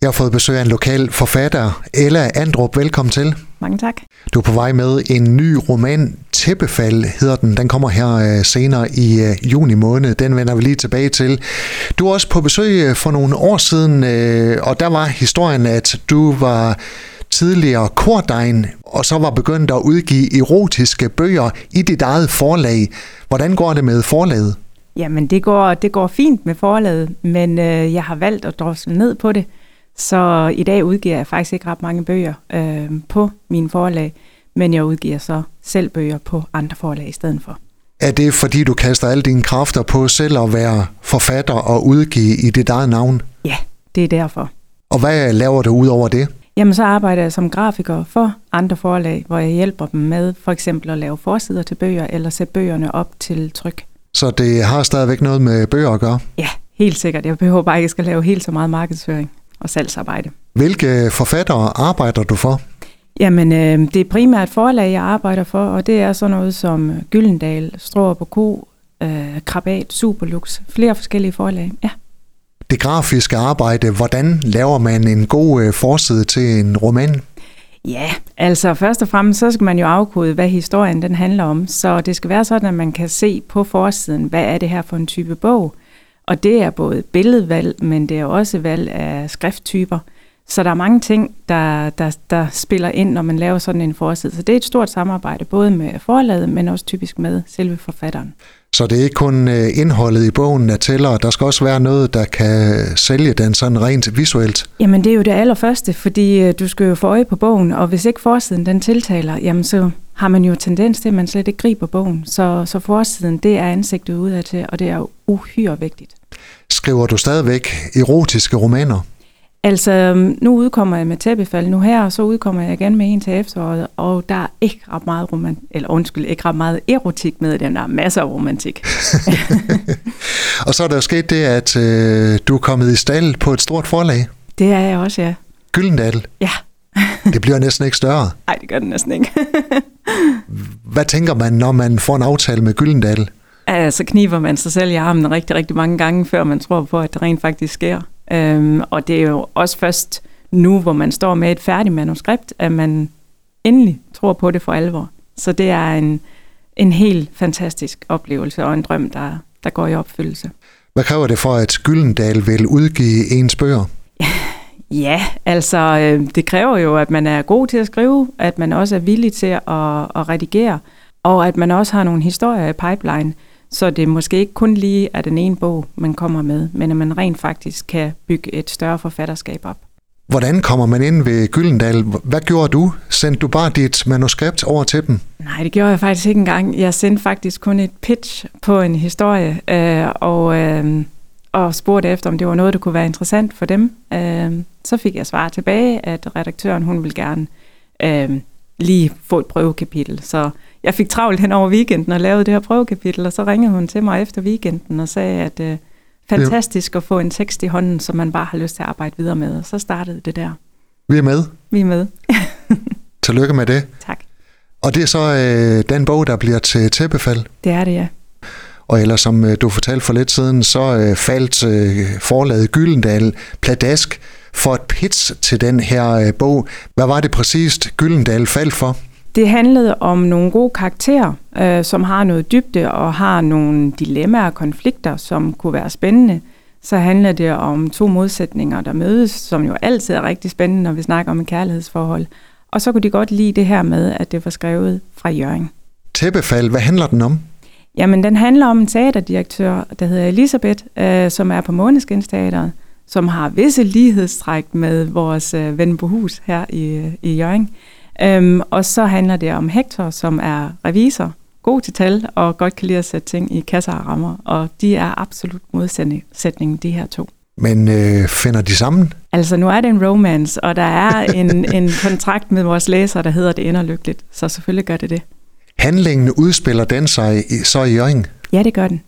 Jeg har fået besøg af en lokal forfatter, Ella Andrup. Velkommen til. Mange tak. Du er på vej med en ny roman, Tæppefald hedder den. Den kommer her senere i juni måned. Den vender vi lige tilbage til. Du er også på besøg for nogle år siden, og der var historien, at du var tidligere kordegn, og så var begyndt at udgive erotiske bøger i dit eget forlag. Hvordan går det med forlaget? Jamen, det går fint med forlaget, men jeg har valgt at drosle ned på det. Så i dag udgiver jeg faktisk ikke ret mange bøger på mine forlag, men jeg udgiver så selv bøger på andre forlag i stedet for. Er det fordi, du kaster alle dine kræfter på selv at være forfatter og udgive i dit eget navn? Ja, det er derfor. Og hvad laver du ud over det? Jamen, så arbejder jeg som grafiker for andre forlag, hvor jeg hjælper dem med for eksempel at lave forsider til bøger eller sætte bøgerne op til tryk. Så det har stadigvæk noget med bøger at gøre? Ja, helt sikkert. Jeg behøver bare ikke at skal lave helt så meget markedsføring og salgsarbejde. Hvilke forfattere arbejder du for? Jamen, det er primært forlag, jeg arbejder for, og det er sådan noget som Gyldendal, Straarup & Co., Krabat, Superlux, flere forskellige forlag, ja. Det grafiske arbejde, hvordan laver man en god forside til en roman? Ja, altså først og fremmest, så skal man jo afkode, hvad historien den handler om. Så det skal være sådan, at man kan se på forsiden, hvad er det her for en type bog. Og det er både billedvalg, men det er også valg af skrifttyper. Så der er mange ting, der spiller ind, når man laver sådan en forside. Så det er et stort samarbejde, både med forlaget, men også typisk med selve forfatteren. Så det er ikke kun indholdet i bogen, der tæller. Der skal også være noget, der kan sælge den sådan rent visuelt. Jamen det er jo det allerførste, fordi du skal jo få øje på bogen, og hvis ikke forsiden den tiltaler, jamen så har man jo tendens til, at man slet ikke griber bogen. Så forsiden, det er ansigtet udad til, og det er jo uhyre vigtigt. Skriver du stadigvæk erotiske romaner? Altså, nu udkommer jeg med Tæppefald nu her, og så udkommer jeg igen med en til efteråret, og der er ikke ret meget erotik med den, der er masser af romantik. Og så er der jo sket det, at du er kommet i stald på et stort forlag. Det er jeg også, ja. Gyldendal? Ja. Det bliver næsten ikke større. Nej, det gør det næsten ikke. Hvad tænker man, når man får en aftale med Gyldendal? Så kniber man sig selv i armen rigtig, rigtig mange gange, før man tror på, at det rent faktisk sker. Og det er jo også først nu, hvor man står med et færdigt manuskript, at man endelig tror på det for alvor. Så det er en helt fantastisk oplevelse og en drøm, der går i opfyldelse. Hvad kræver det for, at Gyldendal vil udgive ens bøger? Ja, altså det kræver jo, at man er god til at skrive, at man også er villig til at redigere, og at man også har nogle historier i pipeline, så det måske ikke kun lige er den ene bog, man kommer med, men at man rent faktisk kan bygge et større forfatterskab op. Hvordan kommer man ind ved Gyldendal? Hvad gjorde du? Sendte du bare dit manuskript over til dem? Nej, det gjorde jeg faktisk ikke engang. Jeg sendte faktisk kun et pitch på en historie, og spurgte efter, om det var noget, der kunne være interessant for dem. Så fik jeg svar tilbage, at redaktøren hun ville gerne lige få et prøvekapitel. Så jeg fik travlt hen over weekenden og lavede det her prøvekapitel, og så ringede hun til mig efter weekenden og sagde, at fantastisk at få en tekst i hånden, som man bare har lyst til at arbejde videre med. Og så startede det der. Vi er med. Vi er med. Tillykke med det. Tak. Og det er så den bog, der bliver til Tæppefald? Det er det, ja. Og ellers, som du fortalte for lidt siden, så faldt forlaget Gyldendal pladask for et pitch til den her bog. Hvad var det præcist, Gyldendal faldt for? Det handlede om nogle gode karakterer, som har noget dybde og har nogle dilemmaer og konflikter, som kunne være spændende. Så handler det om to modsætninger, der mødes, som jo altid er rigtig spændende, når vi snakker om et kærlighedsforhold. Og så kunne de godt lide det her med, at det var skrevet fra Hjørring. Tæppefald, hvad handler den om? Jamen, den handler om en teaterdirektør, der hedder Elisabeth, som er på Måneskinsteateret, som har visse lighedstræk med vores ven på hus her i Hjørring. Og så handler det om Hector, som er revisor, god til tal og godt kan lide at sætte ting i kasser og rammer. Og de er absolut modsætningen, de her to. Men finder de sammen? Altså nu er det en romance, og der er en kontrakt med vores læsere, der hedder Det ender lykkeligt. Så selvfølgelig gør det det. Handlingen udspiller den sig så i Hjørring? Ja, det gør den.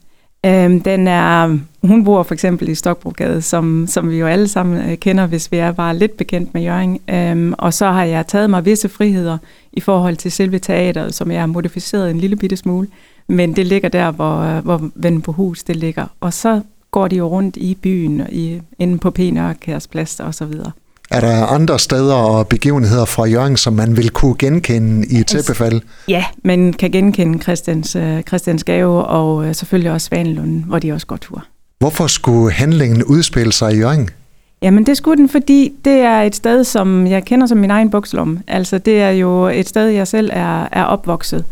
Hun bor for eksempel i Stokbrogade, som vi jo alle sammen kender, hvis vi er bare lidt bekendt med Hjørring. Og så har jeg taget mig visse friheder i forhold til selve teateret, som jeg har modificeret en lille bitte smule. Men det ligger der, hvor Ven på hus det ligger. Og så går de jo rundt i byen, inde på P. Nørrekærs Plads og så videre. Er der andre steder og begivenheder fra Hjørring, som man vil kunne genkende i Tæppefald? Ja, man kan genkende Christiansgave og selvfølgelig også Svanelund, hvor de også går tur. Hvorfor skulle handlingen udspille sig i Hjørring? Jamen det skulle den, fordi det er et sted, som jeg kender som min egen bukslomme. Altså det er jo et sted, jeg selv er opvokset.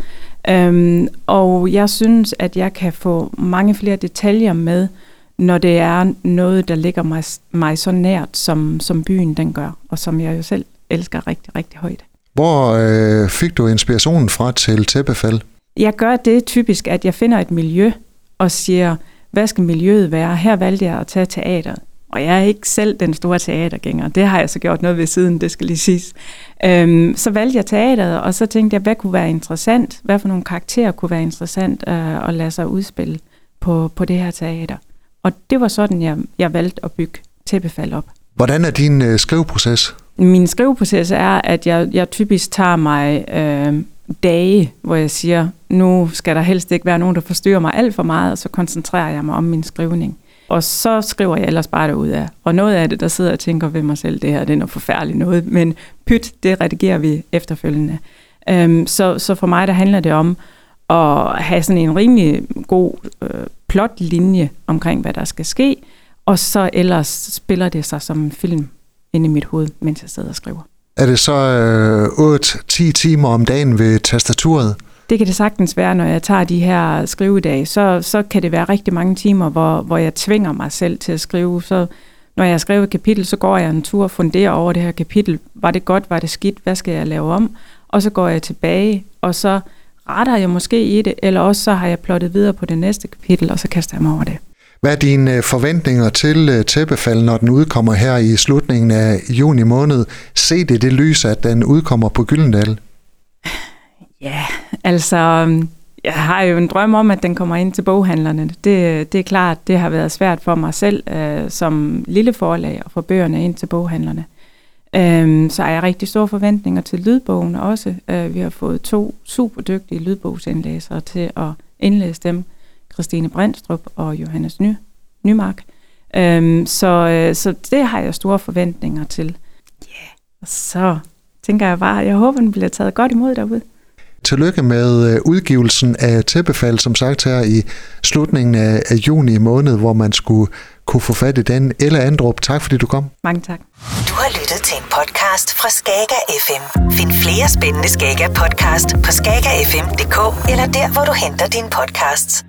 Og jeg synes, at jeg kan få mange flere detaljer med, når det er noget, der ligger mig så nært, som byen den gør, og som jeg jo selv elsker rigtig, rigtig højt. Hvor fik du inspirationen fra til Tæppefald? Jeg gør det typisk, at jeg finder et miljø og siger, hvad skal miljøet være? Her valgte jeg at tage teateret. Og jeg er ikke selv den store teatergænger. Det har jeg så gjort noget ved siden, det skal lige siges. Så valgte jeg teateret, og så tænkte jeg, hvad kunne være interessant? Hvad for nogle karakterer kunne være interessant at lade sig udspille på det her teater? Og det var sådan, jeg valgte at bygge Tæppefald op. Hvordan er din skriveproces? Min skriveproces er, at jeg typisk tager mig dage, hvor jeg siger, nu skal der helst ikke være nogen, der forstyrrer mig alt for meget, og så koncentrerer jeg mig om min skrivning. Og så skriver jeg ellers bare derud af. Og noget af det, der sidder og tænker ved mig selv, det her det er noget forfærdeligt noget, men pyt, det redigerer vi efterfølgende. Så for mig, der handler det om at have sådan en rimelig god plotlinje omkring, hvad der skal ske, og så ellers spiller det sig som en film inde i mit hoved, mens jeg sidder og skriver. Er det så 8-10 timer om dagen ved tastaturet? Det kan det sagtens være, når jeg tager de her skrivedage. Så kan det være rigtig mange timer, hvor jeg tvinger mig selv til at skrive. Så når jeg har skrevet et kapitel, så går jeg en tur og funderer over det her kapitel. Var det godt? Var det skidt? Hvad skal jeg lave om? Og så går jeg tilbage, og så retter jeg måske i det, eller også så har jeg plottet videre på det næste kapitel, og så kaster jeg mig over det. Hvad er dine forventninger til Tæppefald, når den udkommer her i slutningen af juni måned? Se det lys, at den udkommer på Gyldendal? Ja, altså, jeg har jo en drøm om, at den kommer ind til boghandlerne. Det er klart, det har været svært for mig selv som lille forlag at få bøgerne ind til boghandlerne. Så er jeg rigtig store forventninger til lydbogen også. Vi har fået 2 super dygtige lydbogsindlæsere til at indlæse dem. Christine Brandstrup og Johannes Nymark. Så det har jeg store forventninger til. Ja, og så tænker jeg bare, jeg håber, den bliver taget godt imod derude. Tillykke med udgivelsen af Tæppefald, som sagt her i slutningen af juni måned, hvor man skulle kunne få fat i den. Ella Andrup, tak fordi du kom. Mange tak. Du har lyttet til en podcast fra Skager FM. Find flere spændende Skager podcast på skagerfm.dk eller der, hvor du henter dine podcasts.